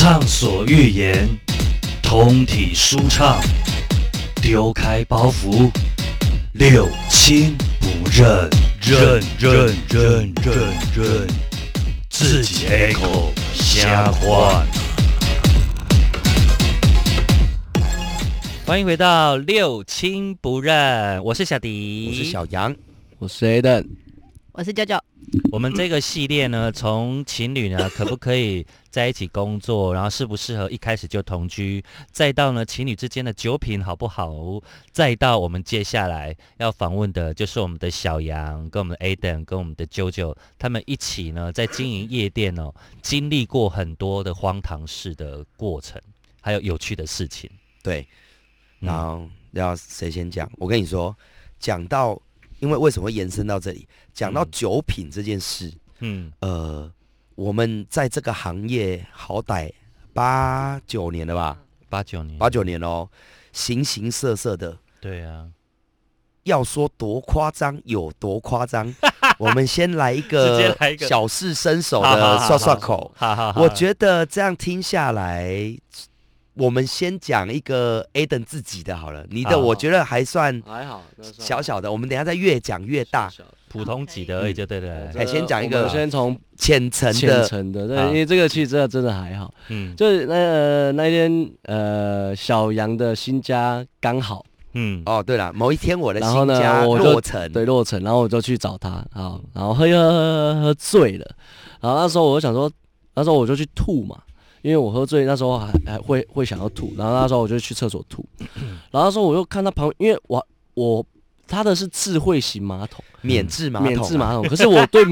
畅所欲言，通体舒畅，丢开包袱，六亲不认，认，自己开口瞎话。 欢迎回到六亲不认，我是小迪， 我是小杨， 我是 Aden， 我是九九。 我们这个系列呢，从情侣呢可不可以在一起工作，然后适不适合一开始就同居，再到呢情侣之间的酒品好不好，再到我们接下来要访问的就是我们的小杨跟我们的 Aden 跟我们的九九，他们一起呢在经营夜店哦，经历过很多的荒唐事的过程，还有有趣的事情。 对，然后要谁先讲？我跟你说，讲到，因为什么会延伸到这里？讲到酒品这件事，我们在这个行业好歹8-9年了吧？8-9年哦，形形色色的。 对啊， 要说多夸张有多夸张，我们先来一个小试身手的刷刷口。我觉得这样听下来。我们先讲一个 Aden 自己的好了，你的我觉得还算小小的，我们等一下再越讲越大， 普通级的而已就对了。 先讲一个， 先从浅层的， 对，因为这个其实真的还好，就是那天小杨的新家刚好， 哦对了，某一天我的新家落成， 对落成，然后我就去找他，好，然后喝醉了，然后那时候我就想说，那时候我就去吐嘛。因为我喝醉那时候还会想要吐，然后那时候我就去厕所吐，然后那时候我又看他旁边，因为他的是智慧型马桶， 免治马桶， 可是我对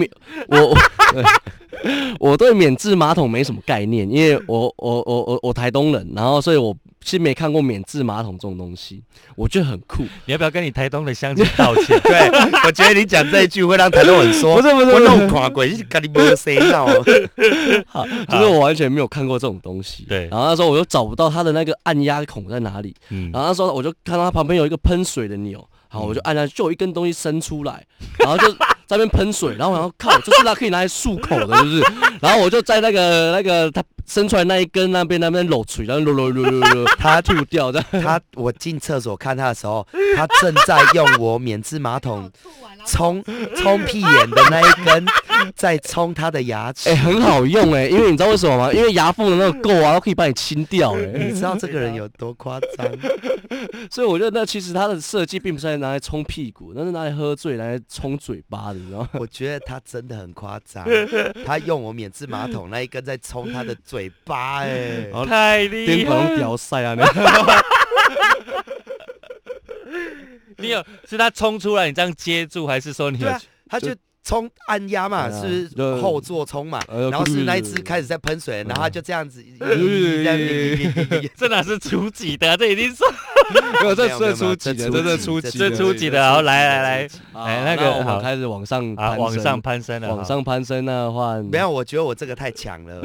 我对免治马桶没什么概念，因为我台东人，然后所以我是没看过免治马桶这种东西，我觉得很酷。 你要不要跟你台东的乡亲道歉？ 对，我觉得你讲这一句会让台东人说，不是，我弄看过，你跟你没谁闹。 好，就是我完全没有看过这种东西。 对， 然后那时候我就找不到它的那个按压孔在哪里，然后那时候我就看到它旁边有一个喷水的钮。好，我就按下去，就有一根东西伸出来，然后就在那边喷水，然后我想靠，就是它可以拿来漱口的，是不是？然后我就在那个它伸出来那一根那边漏水，然后它吐掉的。 我进厕所看他的时候，他正在用我免治马桶冲屁眼的那一根，在冲他的牙齿。 很好用因为你知道为什么吗？因为牙缝的那个垢啊，都可以帮你清掉你知道这个人有多夸张？ 所以我觉得那其实他的设计并不是拿来冲屁股，那是拿来喝醉、拿来冲嘴巴的，你知道吗？ 我觉得他真的很夸张，他用我免治马桶那一根在冲他的嘴巴， 太厉害！ 电管屌塞啊！ 你有是他冲出来，你这样接住，还是说你有？ 他就冲按压嘛，是后座冲嘛，然后是那一只开始在喷水，然后他就这样子， 这哪是初级的，这一定是没有，这是初级的，这是初级的， 这初级的。然后来，那个我们开始往上攀升了。 往上攀升的话， 没有，我觉得我这个太强了，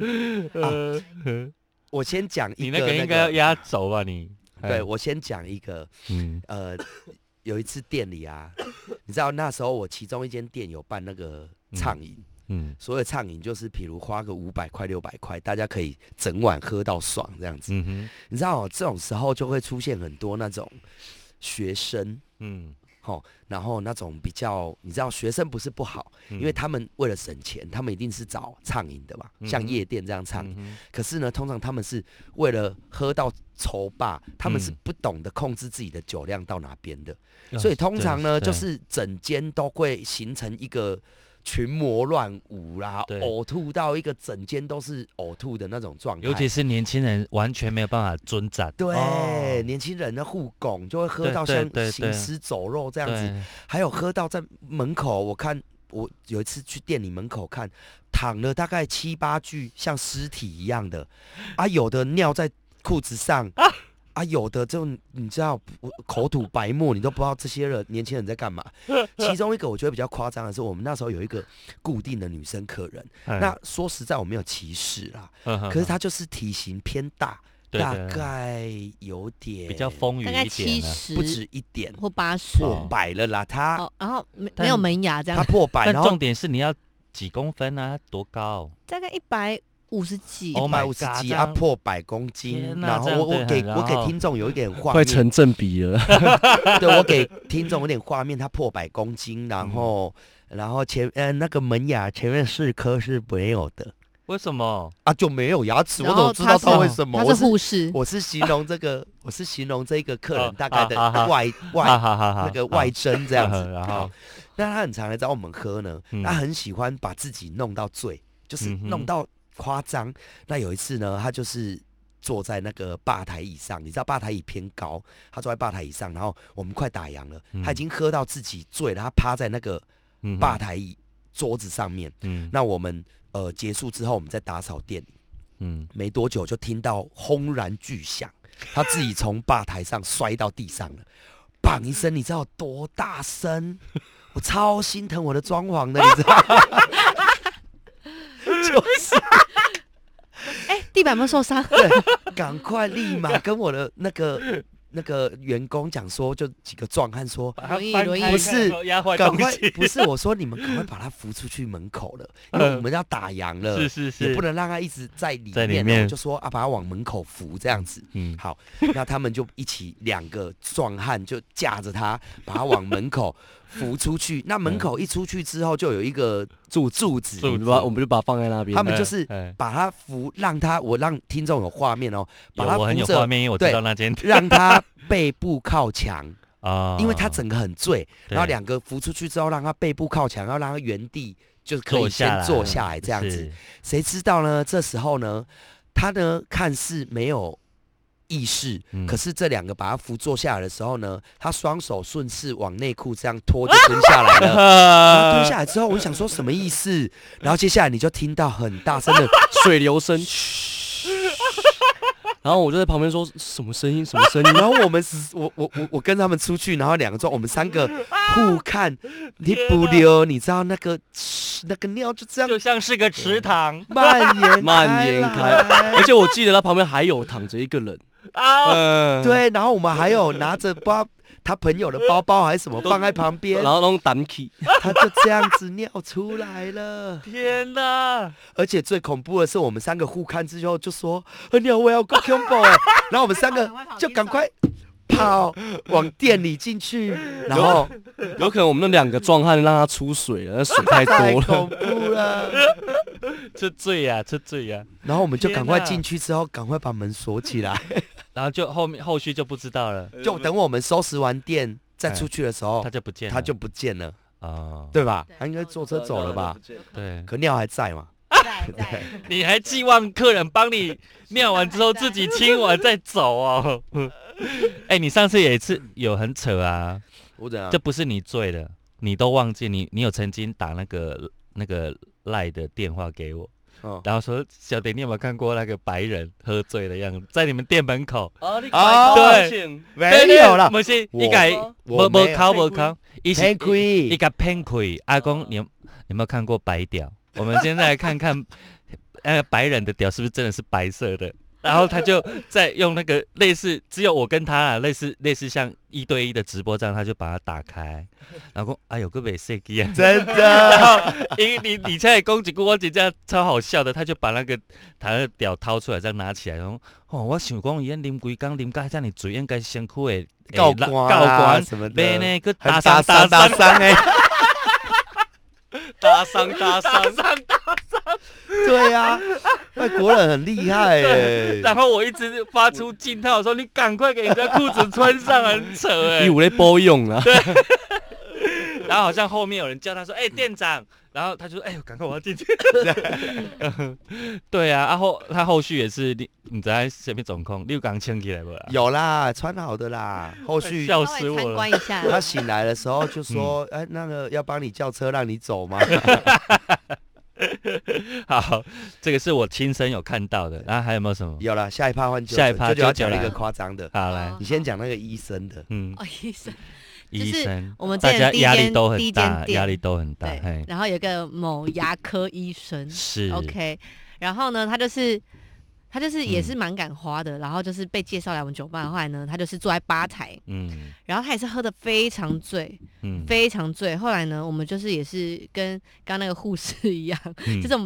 我先讲一个， 你那个应该要压轴吧？你对我先讲一个，有一次店里啊，你知道那时候我其中一间店有办那个畅饮，所谓畅饮就是比如花个500块600块，大家可以整晚喝到爽这样子。你知道这种时候就会出现很多那种学生，然后那种比较，你知道学生不是不好，因为他们为了省钱，他们一定是找畅饮的嘛，像夜店这样畅饮。可是呢，通常他们是为了喝到愁罢，他们是不懂得控制自己的酒量到哪边的，所以通常呢，就是整间都会形成一个群魔乱舞啦，呕吐到一个整间都是呕吐的那种状态。 尤其是年轻人完全没有办法遵展。 对，年轻人的互拱就会喝到像行尸走肉这样子，还有喝到在门口，我看我有一次去店里门口看，躺了大概7、8具像尸体一样的，有的尿在裤子上。有的就你知道口吐白沫，你都不知道这些年轻人在干嘛。其中一个我觉得比较夸张的是，我们那时候有一个固定的女生客人，那说实在我没有歧视啦，可是她就是体型偏大，大概有点比较丰腴一点， 大概70， 不止一点或80， 破100了啦。她然后没有门牙这样， 她破100， 但重点是你要几公分啊？多高？ 大概 50几 ，150几啊，破100公斤。然后我给听众有一点画面， 快成正比了。 对，我给听众有点画面，他破100公斤，然后那个门牙前面4颗是没有的。 为什么啊？就没有牙齿，我怎么知道他为什么？ 他是护士， 我是形容这个，客人大概的那个外征这样子。然后，那他很常来找我们喝呢，他很喜欢把自己弄到醉，就是弄到夸张。那有一次呢，他就是坐在那个吧台椅上，你知道吧台椅偏高，他坐在吧台椅上，然后我们快打烊了，他已经喝到自己醉了，他趴在那个吧台椅桌子上面。那我们结束之后，我们在打扫店里，没多久就听到轰然巨响，他自己从吧台上摔到地上了，砰一声，你知道有多大声？我超心疼我的装潢的，你知道吗？就是， 地板有没有受伤？ 对，赶快立马跟我的那个员工讲说，就几个壮汉说， 轮椅不是，赶快不是，我说你们赶快把他扶出去门口了，因为我们要打烊了，是，也不能让他一直在里面，我就说把他往门口扶这样子。好，那他们就一起2个壮汉就架着他，把他往门口扶出去。那门口一出去之后，就有一个柱子， 我们就把它放在那边。 他们就是把他扶，我让听众有画面哦，把他扶着， 我很有画面，因为我知道那间， 让他背部靠墙啊，因为他整个很醉，然后2个扶出去之后，让他背部靠墙，要让他原地就可以先坐下来这样子。谁知道呢？这时候呢，他呢看似没有意识，可是这2个把他扶坐下来的时候呢，他双手顺势往内裤这样拖就蹲下来了。然后蹲下来之后，我就想说什么意思？然后接下来你就听到很大声的水流声，然后我就在旁边说什么声音？ 然后我跟他们出去，然后2个之后我们3个互看，你不溜，你知道那个尿就这样， 就像是个池塘蔓延开， 而且我记得他旁边还有躺着一个人。 对，然后我们还有拿着不知道他朋友的包包还是什么放在旁边， 然后弄胆气， 他就这样子尿出来了。 天哪！ 而且最恐怖的是，我们3个互看之后就说：“尿我要够恐怖哎！”然后我们3个就赶快跑往店里进去，然后有可能我们那2个壮汉让他出水了，那水太多了， 太恐怖了。 这醉呀！ 然后我们就赶快进去之后，赶快把门锁起来， 然后就后续就不知道了。 就等我们收拾完店再出去的时候， 他就不见了啊，对吧？他应该坐车走了吧？ 对， 可尿还在嘛？ 在。 你还寄望客人帮你尿完之后自己亲完再走哦？你上次有一次有很扯啊， 我怎样？ 这不是你醉的，你都忘记你有曾经打那个赖的电话给我，然后说小蝶，你有没有看过那个白人喝醉的样子，在你们店门口？ 对，没有啦， 不是，一个没考，一个偏亏。阿公，你有没有看过白屌？我们现在来看看那个白人的屌是不是真的是白色的？然后他就在用那个类似只有我跟他啊，类似像1对1的直播这样，他就把它打开，然后哎有个美色机啊， 真的。 然后你现在攻击我姐这样超好笑的，他就把他的屌掏出来，这样拿起来，然后我想讲伊啉规工啉到这样醉，应该身躯会告官什么的， 那个打伤哎。 打伤， 对啊，外国人很厉害哎。 然后我一直发出惊叹，我说：“你赶快给人家裤子穿上，很扯哎。” 你有在包用啊？ 对。然后好像后面有人叫他说：“店长。”然后他就说：“赶快我要进去。”对啊，他后续也是你知道什么状况？你有刚牵起来不啦？ 有啦，穿好的啦。后续笑死我了。 参观一下。 他醒来的时候就说：“那个要帮你叫车让你走吗？” 好，这个是我亲身有看到的。然后还有没有什么？ 有了，下一趴换下一趴就要讲一个夸张的。 好来， 你先讲那个医生的。 医生，我们大家压力都很大， 对。然后有个某牙科医生是 OK， 然后呢，他就是也是蛮敢花的，然后就是被介绍来我们酒吧，后来呢，他就是坐在吧台，然后他也是喝得非常醉，非常醉。后来呢，我们就是也是跟刚那个护士一样，就是我们把他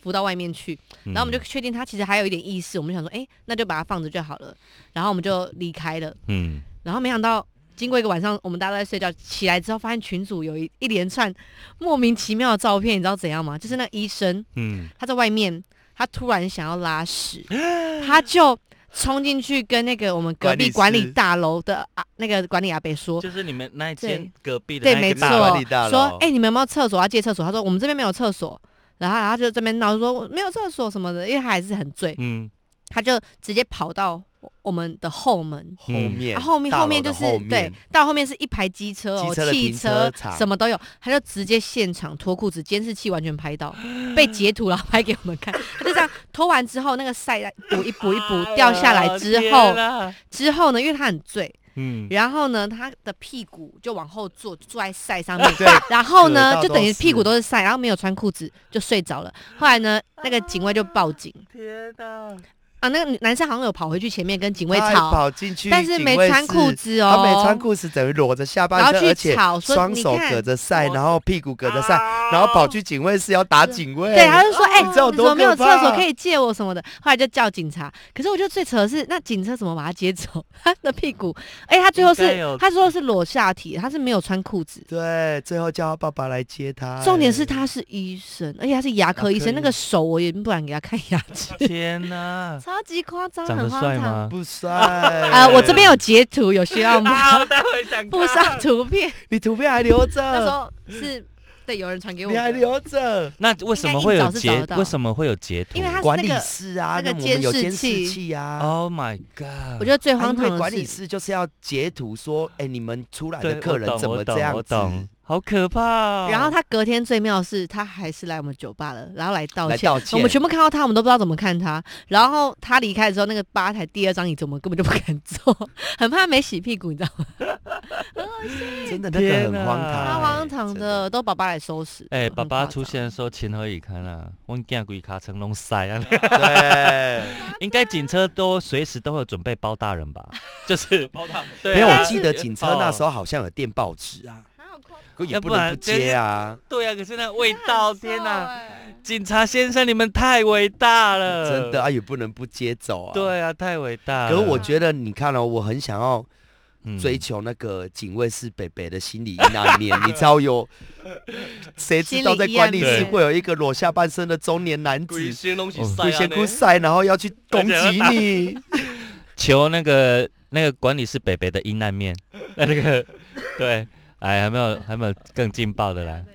扶到外面去，然后我们就确定他其实还有一点意识，我们想说，那就把他放着就好了，然后我们就离开了。然后没想到经过一个晚上，我们大家都在睡觉，起来之后发现群组有一连串莫名其妙的照片，你知道怎样吗？就是那医生，他在外面，他突然想要拉屎，他就冲进去跟那个我们隔壁管理大楼的那个管理阿伯说， 就是你们那一间隔壁的对，没错，说你们有没有厕所？要借厕所？他说我们这边没有厕所，然后就这边闹说没有厕所什么的，因为他还是很醉，他就直接跑到我们的后门后面， 后面就是对，到后面是一排机车汽车什么都有，他就直接现场脱裤子，监视器完全拍到，被截图然后拍给我们看，他就这样脱完之后，那个晒补一补掉下来之后呢，因为他很醉。然后呢，他的屁股就往后坐在晒上面，然后呢，就等于屁股都是晒，然后没有穿裤子就睡着了。后来呢，那个警卫就报警。天哪！那个男生好像有跑回去前面跟警卫吵， 跑进去， 但是没穿裤子哦， 他没穿裤子，等于裸着下半身，而且双手隔着晒，然后屁股隔着晒，然后跑去警卫室要打警卫。 对，他就说：“ 你知道多可怕？ 没有厕所可以借我什么的。”后来就叫警察。可是我觉得最扯的是，那警车怎么把他接走？他的屁股，他最后他说是裸下体，他是没有穿裤子。 对，最后叫他爸爸来接他。 重点是他是医生，而且他是牙科医生，那个手我也不敢给他看牙齿。 天哪！ 超级夸张， 长得帅吗？ 不帅。 我这边有截图，有需要吗？ 我待会想附上图片。 你图片还留着？ 那时候是对有人传给我， 你还留着？ 那为什么会有截？为什么会有截图？ 因为他管理室啊， 那个有监视器啊。 Oh my god！ 我觉得最荒唐的是管理室就是要截图说，你们出来的客人怎么这样子？ 好可怕哦！ 然后他隔天最妙的是，他还是来我们酒吧了，然后来道歉。我们全部看到他，我们都不知道怎么看他。然后他离开的时候，那个吧台第2张椅子我们根本就不敢坐，很怕没洗屁股，你知道吗？ 真的那个很荒唐， 超荒唐的，都爸爸来收拾。 爸爸出现的时候情何以堪啊！我囝规卡成拢塞啊！ 对， 应该警车都随时都会准备包大人吧？就是包大人。 没有，我记得警车那时候好像有垫报纸啊。也不能不接啊！ 对啊，可是那味道，天哪！警察先生，你们太伟大了， 真的啊，也不能不接走啊！ 对啊，太伟大了。 可是我觉得，你看哦，我很想要追求那个警卫室北北的心理阴暗面，你知道有？谁知道在管理室会有一个裸下半身的中年男子，鬼仙姑晒，然后要去攻击你， 求那个管理室北北的阴暗面，那个对。还没有更劲爆的来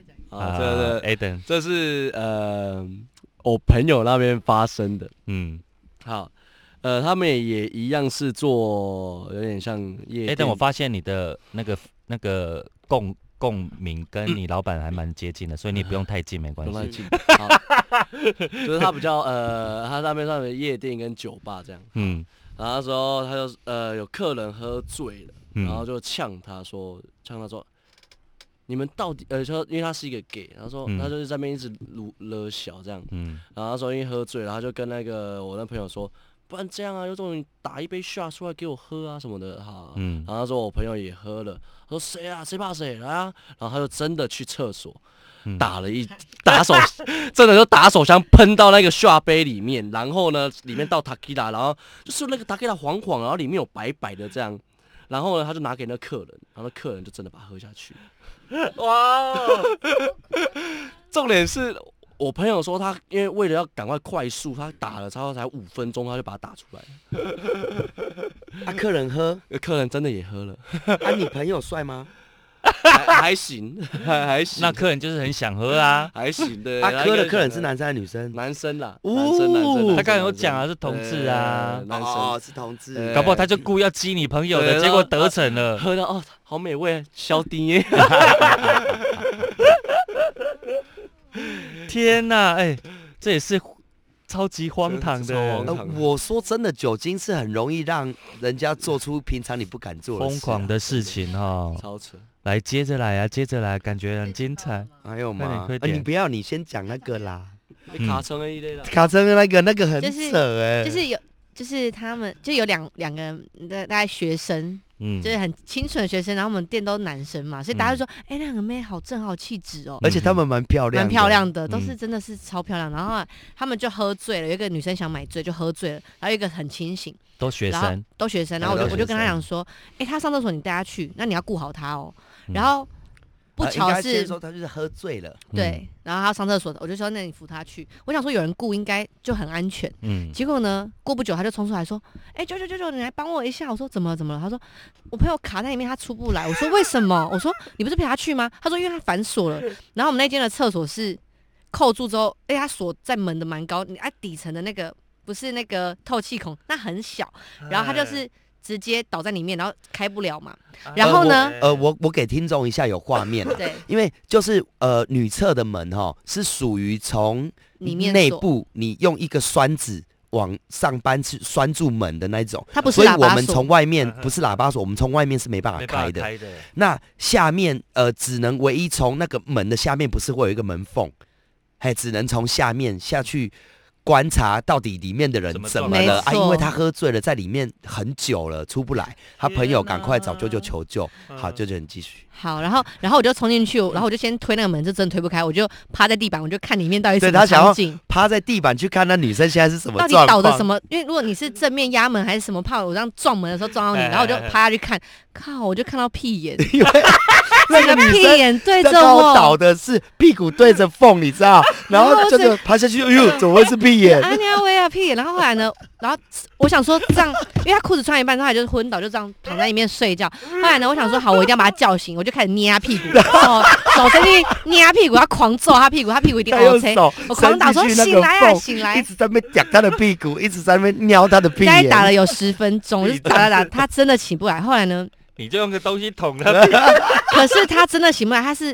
？Aden， 这是我朋友那边发生的。好，他们也一样是做有点像夜店。 Aden，我发现你的那个共鸣跟你老板还蛮接近的，所以你不用太近，没关系。 好，就是他比较他那边算的夜店跟酒吧这样。然后那时候他就有客人喝醉了，然后就呛他说。你们到底说，因为他是一个 gay， 他说他就是在那边一直勒小这样，然后他说因为喝醉了，他就跟我那朋友说，不然这样啊，有种你打一杯 shot 出来给我喝啊什么的哈，然后他说我朋友也喝了，他说谁啊，谁怕谁来啊，然后他就真的去厕所打手，真的就打手枪喷到那个 shot 杯里面，然后呢里面倒 tequila， 然后就是那个 tequila 黄黄，然后里面有白白的这样。然后呢，他就拿给那客人，然后那客人就真的把它喝下去。哇！重点是我朋友说他因为为了要赶快快速，他打了差不多才5分钟，他就把它打出来。 客人喝， 客人真的也喝了。 你朋友帅吗？ 还行，还行。 那客人就是很想喝啊， 还行的。 喝的客人是男生还是女生？ 男生啦，男生。 他刚才有讲啊，是同志啊， 男生是同志。 搞不好他就故意要激你朋友的，结果得逞了。 喝到好美味，消低耶。 天哪，这也是超级荒唐的。 我说真的，酒精是很容易让人家做出平常你不敢做的疯狂的事情哦， 超扯。 来，接着来，感觉很精彩。 还有吗？你不要，你先讲那个啦。 卡车的一类的。 卡车的那个很扯就是他们就有两个大概学生， 就是很清纯的学生，然后我们店都男生嘛，所以大家就说，那两个妹好正好气质哦， 而且他们蛮漂亮的，都是真的是超漂亮。然后他们就喝醉了，有一个女生想买醉就喝醉了，然后一个很清醒， 都学生， 然后我就跟他讲说，他上厕所你带他去，那你要顾好他哦，然后。不巧是先说他就是喝醉了， 对，然后他上厕所，我就说那你扶他去。我想说有人顾应该就很安全，结果呢过不久他就冲出来说，999你来帮我一下。我说怎么了？他说我朋友卡在里面他出不来。我说为什么？我说你不是陪他去吗？他说因为他反锁了。然后我们那间的厕所是扣住之后，他锁在门的蛮高，你底层的那个不是那个透气孔，那很小，然后他就是直接倒在里面，然后开不了嘛。然后呢？ 我给听众一下有画面，对，因为就是女厕的门是属于从内部你用一个栓子往上扳去拴住门的那种， 它不是喇叭锁， 所以我们从外面不是喇叭锁，我们从外面是没办法开的。那下面只能唯一从那个门的下面不是会有一个门缝，只能从下面下去。观察到底里面的人怎么了啊？因为他喝醉了，在里面很久了，出不来。他朋友赶快找舅舅求救。好，舅舅你继续。 好，然后我就冲进去，然后我就先推那个门，就真的推不开，我就趴在地板，我就看里面到底什么场景。 他想要趴在地板去看那女生现在是什么状况，到底倒的什么？因为如果你是正面压门还是什么，怕我这样撞门的时候撞到你，然后我就趴下去看，靠，我就看到屁眼。 那个屁眼对着我倒的是屁股对着缝，你知道？然后就趴下去，怎么会是屁眼？ 屁眼。然后后来呢？然后我想说这样，因为他裤子穿一半，他就是昏倒，就这样躺在里面睡觉。后来呢，我想说好，我一定要把他叫醒，我就开始捏他屁股，手伸进去捏他屁股，要狂揍他屁股，他屁股一定 OK。我狂打说醒来啊，醒来！ 一直在那边夹他的屁股，一直在那边撩他的屁眼。 大概打了有10分钟，我就打，他真的起不来。后来呢？ 你就用个东西捅他， 可是他真的醒不来，他就是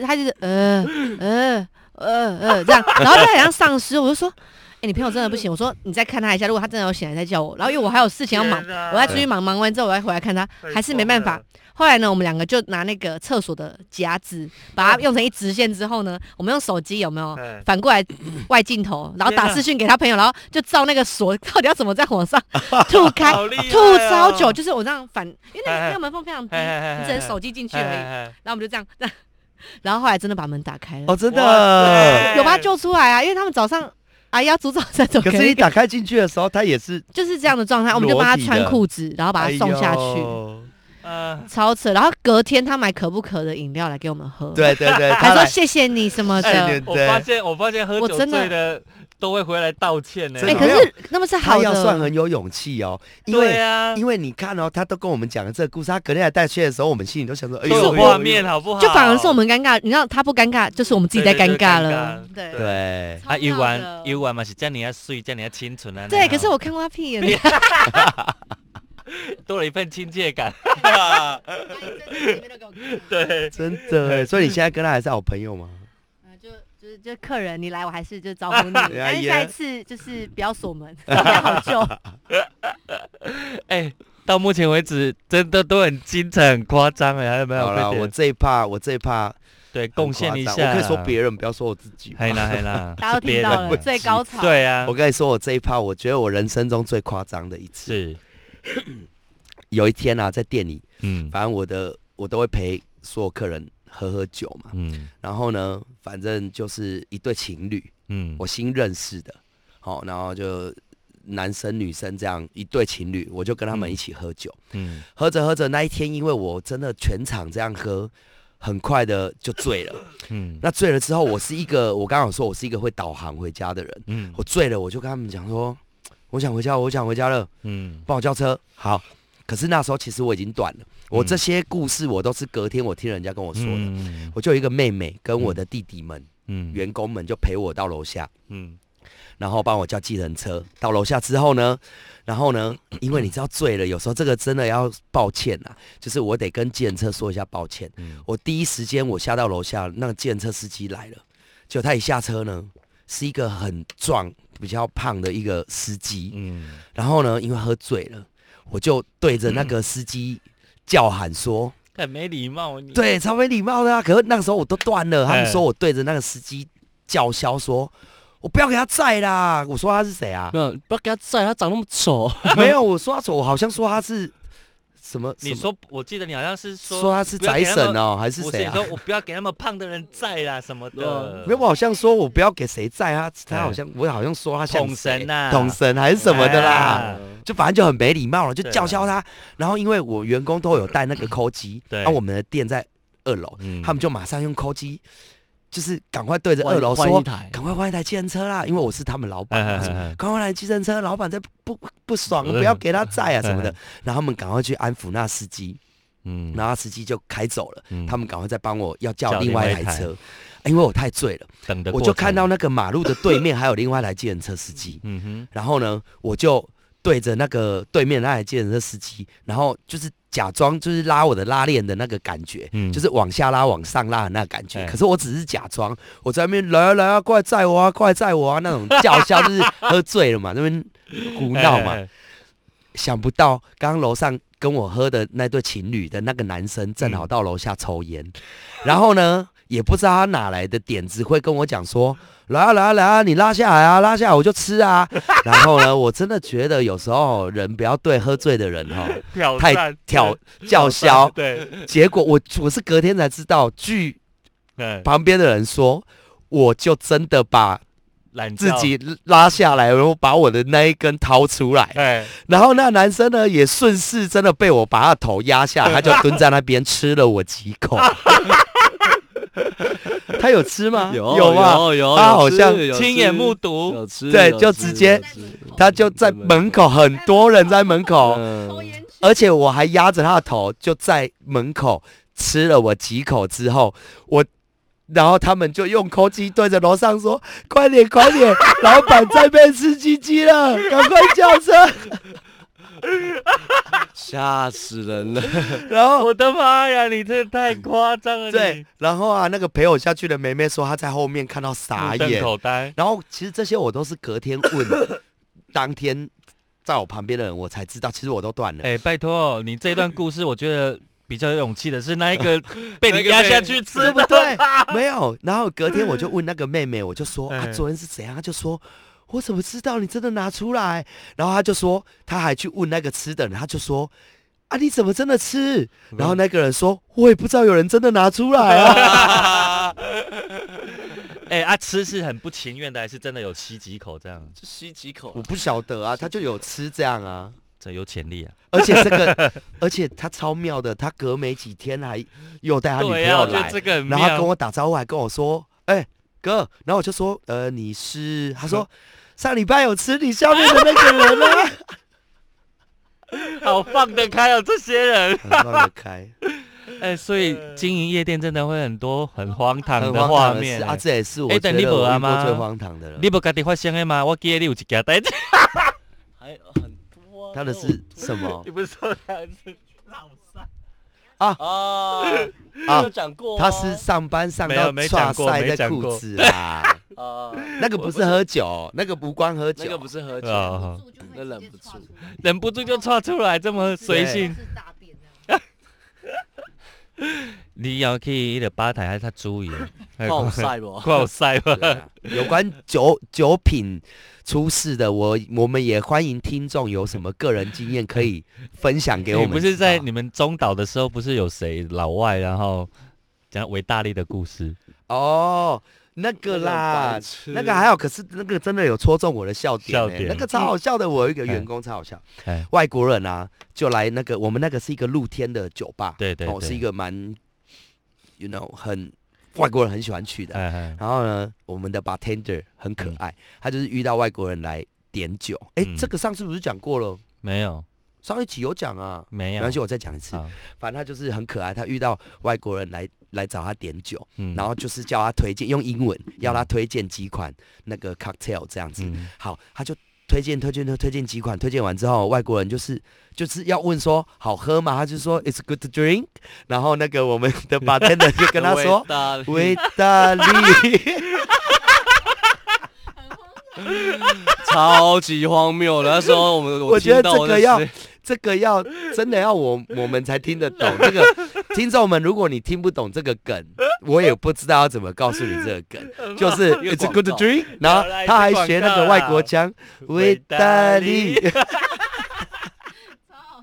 这样，然后就很像丧尸。我就说，你朋友真的不行。我说你再看他一下，如果他真的有醒来再叫我。然后因为我还有事情要忙，我再出去忙完之后我再回来看他，还是没办法。后来呢，我们两个就拿那个厕所的夹子，把它用成一直线之后呢，我们用手机有没有反过来外镜头，然后打视讯给他朋友，然后就照那个锁到底要怎么再往上吐开，吐超久，就是我这样反，因为那个门缝非常低，你只能手机进去而已。然后我们就这样，然后后来真的把门打开了。 哦，真的有把他救出来啊，因为他们早上。要煮早餐走。 可是你打开进去的时候，他也是就是这样的状态，我们就帮他穿裤子，然后把他送下去。超扯！然后隔天他买可不可的饮料来给我们喝， 对， 还说谢谢你什么的。 我发现喝酒醉的都会回来道歉呢。 可是那么是好的， 他要算很有勇气哦。因为你看哦，他都跟我们讲了这个故事，他隔天来带去的时候，我们心里都想说， 都有画面好不好？ 就反而是我们尴尬，你知道他不尴尬，就是我们自己在尴尬了。 对， 游玩嘛是这样，你要睡，这样你要清纯啊。 对，可是我看过他屁眼。 多了一份亲切感。 对，真的。所以你现在跟他还是好朋友吗？ 就客人你来，我还是就招呼你。但是下一次就是不要锁门，比较好救。 到目前为止真的都很精彩、很夸张哎，还有没有？ 好了，我这一趴， 对，贡献一下。 我可以说别人，不要说我自己。 嘿啦， 大家都听到了，最高潮。 对啊， 我跟你说，我这一趴，我觉得我人生中最夸张的一次是。 有一天啊，在店里，反正我都会陪所有客人喝酒嘛，然后呢，反正就是一对情侣，我新认识的，然后就男生女生这样一对情侣，我就跟他们一起喝酒，喝着那一天，因为我真的全场这样喝，很快的就醉了，那醉了之后，我刚刚有说我是一个会导航回家的人，我醉了，我就跟他们讲说，我想回家了，帮我叫车，好。可是那时候其实我已经断了，我这些故事我都是隔天我听人家跟我说的，我就有一个妹妹跟我的弟弟们，员工们就陪我到楼下，然后帮我叫计程车。到楼下之后呢，因为你知道醉了，有时候这个真的要抱歉啊，就是我得跟计程车说一下抱歉。我第一时间我下到楼下，那个计程车司机来了，结果他一下车呢，是一个很壮、比较胖的一个司机，然后呢，因为喝醉了。我就对着那个司机叫喊说：“ 很没礼貌，你对，超没礼貌的啊！”可是那个时候我都断了，他们说我对着那个司机叫嚣说：“我不要给他载啦！”我说他是谁啊？ 没有，不要给他载，他长那么丑。 没有，我说他丑，我好像说他是什么？ 你说，我记得你好像是说他是宅神哦，还是谁啊？ 说我不要给他们胖的人载啦什么的。 没有，我好像说我不要给谁载啊，他好像我好像说他像统神呐， 统神还是什么的啦，就反正就很没礼貌了，就叫嚣他。然后因为我员工都有带那个抠机，然后我们的店在2楼，他们就马上用抠机。就是赶快对着2楼说，赶快换一台计程车啦！因为我是他们老板，赶快来计程车，老板在不爽，不要给他载啊什么的。然后他们赶快去安抚那司机，然后司机就开走了。他们赶快再帮我要叫另外一台车，因为我太醉了，我就看到那个马路的对面还有另外一台计程车司机。然后呢，我就对着那个对面那台计程车司机，然后就是假装就是拉我的拉链的那个感觉，就是往下拉往上拉的那个感觉。可是我只是假装，我在那边来啊，过来载我啊，过来载我啊，那种叫嚣就是喝醉了嘛，那边胡闹嘛。想不到刚刚楼上跟我喝的那对情侣的那个男生正好到楼下抽烟，然后呢，也不知道他哪来的点子会跟我讲说。来啊来啊来啊！你拉下来啊，拉下来我就吃啊。然后呢，我真的觉得有时候人不要对喝醉的人太叫嚣。对，结果我是隔天才知道，据旁边的人说，我就真的把自己拉下来，然后把我的那一根掏出来。然后那男生呢，也顺势真的被我把他头压下来，他就蹲在那边吃了我几口。他有吃吗？有吗？他好像亲眼目睹， 对，就直接他就在门口，很多人在门口，而且我还压着他的头，就在门口吃了我几口之后，然后他们就用抠机对着楼上说：“快点，快点，老板在被吃鸡鸡了，赶快叫车！” 吓死人了！ 然后我的妈呀，你这太夸张了！ 对，然后啊，那个陪我下去的妹妹说她在后面看到傻眼， 口呆。 然后其实这些我都是隔天问，当天在我旁边的人我才知道，其实我都断了。 拜托你这段故事，我觉得比较有勇气的是那一个被你压下去吃， 对不对？没有。然后隔天我就问那个妹妹，我就说啊，昨天是怎样？她就说。我怎么知道你真的拿出来？然后他就说，他还去问那个吃的人，他就说，啊，你怎么真的吃？然后那个人说，我也不知道有人真的拿出来啊。 吃是很不情愿的，还是真的有吸几口这样？ 就吸几口， 我不晓得啊，他就有吃这样啊， 这有潜力啊。 而且他超妙的，他隔没几天还又带他女朋友来，然后他跟我打招呼，还跟我说，哥，然后我就说，你是？他说。上礼拜有吃你下面的那个人啊， 好放得开哦，这些人很放得开。 所以经营夜店真的会很多很荒唐的画面啊，这也是我觉得我遇过最荒唐的了。 你不自己发生的吗？我记得你有一件代志， 还很多。 他的是什么？ 你不是说他是老三有讲过， 他是上班上到唰晒在裤子啦。那个不是喝酒，那个无关喝酒， 那个不是喝酒，那忍不住就唰出来，这么随性。你要去那个吧台还是他注意？ 快晒不？ 快晒吧！ 有关酒品出事的，我们也欢迎听众有什么个人经验可以分享给我们。 不是在你们中岛的时候，不是有谁老外，然后讲维大利的故事？ 哦。那个啦，那个还好，可是那个真的有戳中我的笑点，那个超好笑的。我有一个员工超好笑，外国人啊，就来那个我们那个是一个露天的酒吧， 对， 是一个蛮很外国人很喜欢去的。然后呢，我们的 bartender 很可爱，他就是遇到外国人来点酒。这个上次不是讲过了？ 没有。 上一集有讲啊， 没有， 没关系，我再讲一次。反正他就是很可爱，他遇到外国人来找他点酒，然后就是叫他推荐，用英文要他推荐几款那个 cocktail 这样子。好，他就推荐几款，推荐完之后，外国人就是要问说好喝吗？他就说 It's good to drink， 然后那个我们的 bartender 就跟他说维大利。 超级荒谬的。那时候我觉得这个要真的要我们才听得懂。这个听众们，如果你听不懂这个梗，我也不知道要怎么告诉你这个梗。就是 It's good to drink， 然后他还学那个外国腔，维大利。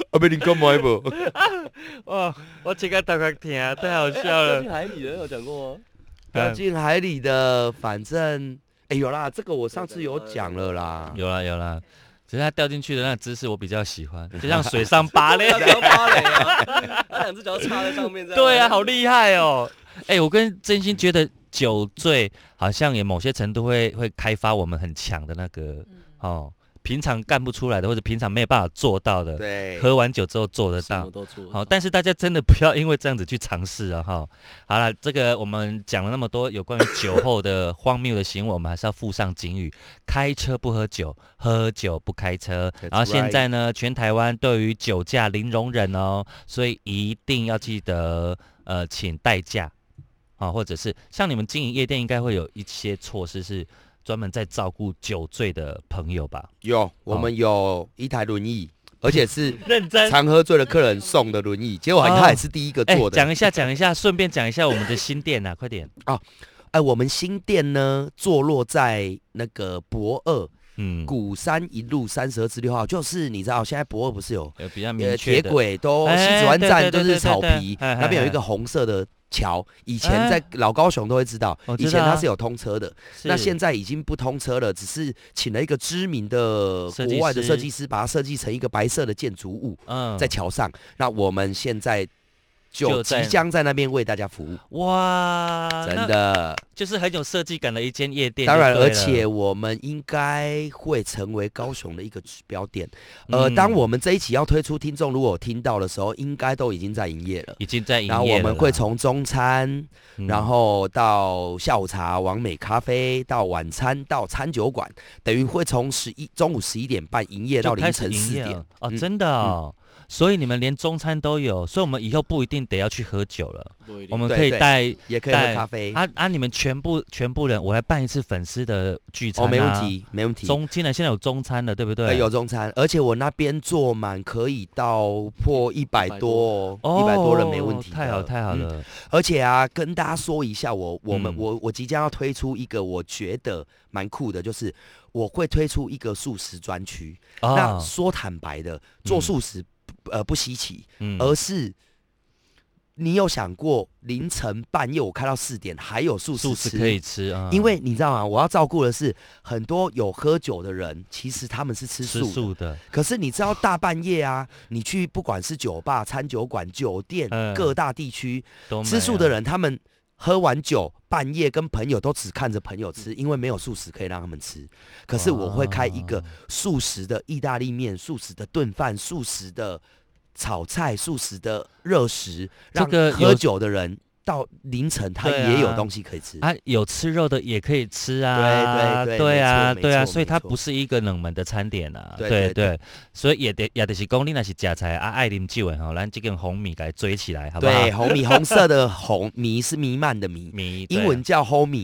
被你干嘛不？ 哇，我这个大概听，太好笑了。 掉进海里的有讲过吗？ 掉进海里的，反正有啦，这个我上次有讲了啦。 有啦。只是他掉进去的那个姿势我比较喜欢，就像水上芭蕾， 他两只脚插在上面这样。 对啊，好厉害哦！我跟真心觉得酒醉好像也某些程度会开发我们很强的那个平常干不出来的，或者平常没有办法做到的， 对， 喝完酒之后做得到。好，但是大家真的不要因为这样子去尝试啊！哈，好了，这个我们讲了那么多有关于酒后的荒谬的行为，我们还是要附上警语：开车不喝酒，喝酒不开车。然后现在呢，全台湾对于酒驾零容忍哦，所以一定要记得请代驾啊，或者是像你们经营夜店，应该会有一些措施是专门在照顾酒醉的朋友吧？ 有，我们有一台轮椅，而且是认真常喝醉的客人送的轮椅，结果他也是第一个做的。 讲一下，顺便讲一下我们的新店啊，快点我们新店呢，坐落在那个博二。鼓山一路32-6号，就是你知道，现在博二不是有比较明确的铁轨都西子湾站都是草皮，那边有一个红色的桥，以前在老高雄都会知道，以前它是有通车的，那现在已经不通车了，只是请了一个知名的国外的设计师，把它设计成一个白色的建筑物，在桥上。那我们现在就即将在那边为大家服务。 哇， 真的就是很有设计感的一间夜店。 当然，而且我们应该会成为高雄的一个指标店。当我们这一期要推出，听众如果有听到的时候，应该都已经在营业了。然后我们会从中餐，然后到下午茶、完美咖啡，到晚餐，到餐酒馆，等于会从中午11点半营业到凌晨4点。 真的哦。所以你们连中餐都有，所以我们以后不一定得要去喝酒了，我们可以带， 也可以喝咖啡。 你们全部人，我来办一次粉丝的聚餐没问题，没问题。 现在有中餐了，对不对？ 有中餐，而且我那边坐满可以到破100多，100多人没问题。 太好了。 而且跟大家说一下，我即将要推出一个我觉得蛮酷的，就是我会推出一个素食专区。那说坦白的，做素食。不稀奇，而是你有想过凌晨半夜我开到4点还有素食可以吃啊？ 因为你知道吗？我要照顾的是很多有喝酒的人，其实他们是吃素的。可是你知道大半夜你去不管是酒吧、餐酒馆、酒店各大地区吃素的人，他们喝完酒半夜跟朋友都只看着朋友吃，因为没有素食可以让他们吃。可是我会开一个素食的意大利面、素食的炖饭、素食的炒菜、素食的热食，让喝酒的人到凌晨他也有东西可以吃。 有吃肉的也可以吃啊。对啊，所以它不是一个冷门的餐点啊。对，所以也得是讲你那是吃菜爱啉酒的吼，咱这个红米给追起来，好不好？ 对，红米，红色的红米是弥漫的弥，英文叫 homie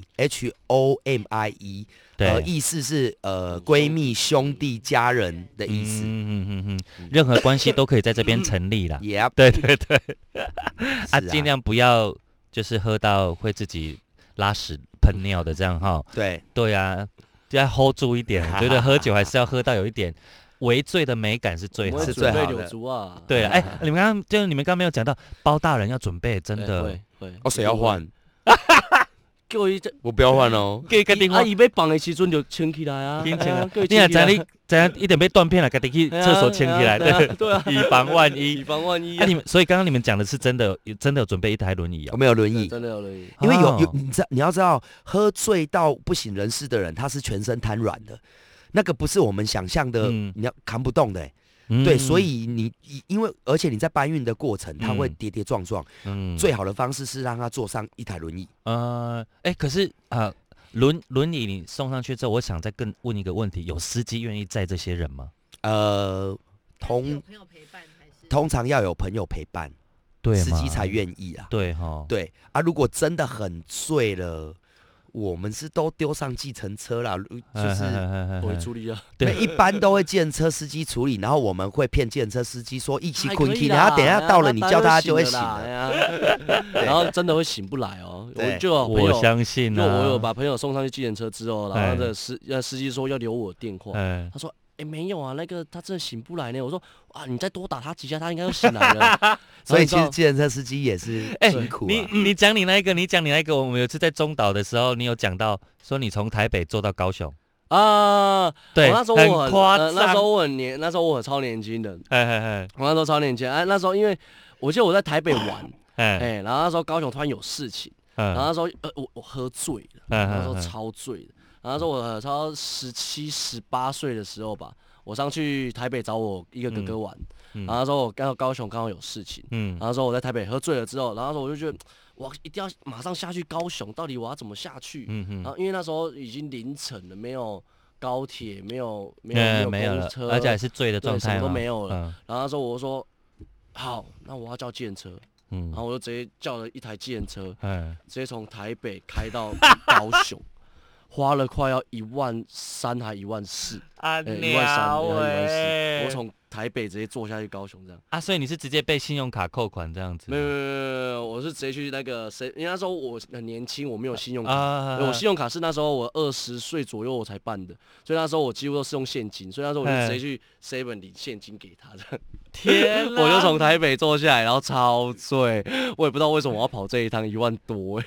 HOMIE。意思是闺蜜、兄弟、家人的意思。 任何关系都可以在这边成立啦。对，尽量不要就是喝到会自己拉屎喷尿的这样哈。对啊，就要 hold 住一点。我觉得喝酒还是要喝到有一点微醉的美感是最好的， 是最好的。 对了，你们刚刚没有讲到包大人要准备，真的。 谁要换？ 叫伊我不要换哦。 叫伊决定伊要放的时阵就清起来啊。 你若知影一定要断片了，家己去厕所清起来，对啊，以防万一。所以刚刚你们讲的是真的有准备一台轮椅啊？ 我们有轮椅， 真的有轮椅。 因为你要知道，喝醉到不省人事的人，他是全身瘫软的，那个不是我们想象的，你要扛不动的。对，所以因为而且你在搬运的过程，它会跌跌撞撞。最好的方式是让他坐上一台轮椅。 可是轮椅你送上去之后，我想再更问一个问题：有司机愿意载这些人吗？ 通常要有朋友陪伴， 对， 司机才愿意啊。 对哈， 对啊，如果真的很醉了。我们是都丢上计程车啦，就是我会处理啊。 对，一般都会计程车司机处理，然后我们会骗计程车司机说一起困起，然后等一下到了你叫他就会醒了， 然后真的会醒不来哦。 我相信我有把朋友送上去计程车之后，然后司机说要留我电话，他说没有啊，那个他真的醒不来呢。我说啊，你再多打他几下，他应该就醒来了。 所以其实计程车司机也是辛苦啊。 你讲你那个，我们有一次在中岛的时候，你有讲到说你从台北坐到高雄啊， 对， 那时候很夸张， 那时候我超年轻的，我那时候超年轻，那时候因为我记得我在台北玩，然后那时候高雄突然有事情，然后那时候我喝醉了，那时候超醉的。然后说我超17、18岁的时候吧，我上去台北找我一个哥哥玩，然后说我刚到高雄刚好有事情，然后说我在台北喝醉了之后，然后说我就觉得我一定要马上下去高雄，到底我要怎么下去？然后因为那时候已经凌晨了，没有高铁，没有公车， 而且还是醉的状态， 什么都没有了。然后他说我说好，那我要叫计程车，然后我就直接叫了一台计程车，直接从台北开到高雄。花了快要13000还14000，13000还14000，我从台北直接坐下去高雄这样啊，所以你是直接被信用卡扣款这样子？ 没有，我是直接去那个因为那时候我很年轻，我没有信用卡，我信用卡是那时候我20岁左右我才办的，所以那时候我几乎都是用现金，所以那时候我就直接去 7 领现金给他的。 天哪！ 我就从台北坐下来，然后超醉，我也不知道为什么我要跑这一趟1万多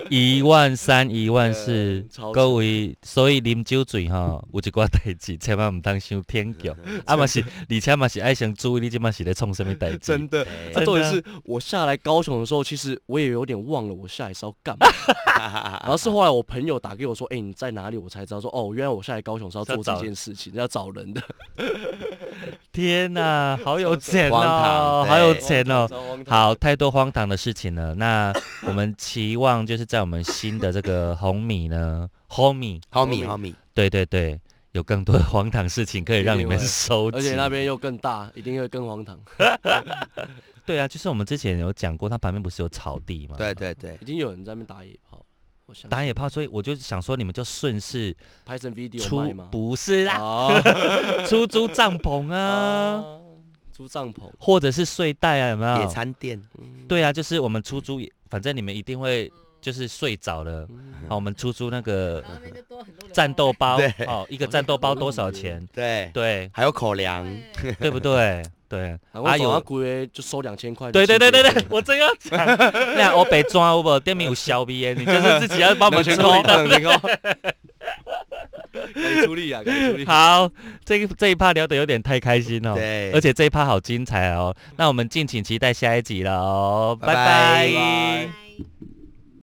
13000、14000，各位，所以啉酒醉哈，有一寡代志千万唔当伤偏激，嘛是，而且嘛是爱先注意你今嘛是在创什么代志。 真的，重点是我下来高雄的时候，其实我也有点忘了我下来是要干嘛。然后是后来我朋友打给我说，你在哪里？我才知道说，哦，原来我下来高雄是要做这件事情，要找人的。 天哪，好有钱哦，好有钱哦！好，太多荒唐的事情了。那我们期望就是在我们新的这个红米呢 ，homie，对，有更多的荒唐事情可以让你们收集， 而且那边又更大，一定会更荒唐。 对啊，就是我们之前有讲过，它旁边不是有草地吗？ 对， 已经有人在那边打野炮。 打野炮，所以我就想说，你们就顺势拍成 video 卖吗？ 不是啦，出租帐篷啊， 租帐篷， 或者是睡袋啊，有没有？ 野餐垫。 对啊，就是我们出租，反正你们一定会就是睡着了，好，我们出租那个战斗包，好，一个战斗包多少钱？对， 还有口粮， 对不对？对， 有贵就收2000块。 对，我真要讲，那我被抓有无？店面有小鼻烟，你就是自己要帮我们抽。 可以出力啊！ 好，这一趴聊得有点太开心哦， 对， 而且这一趴好精彩哦。那我们敬请期待下一集了哦，拜拜。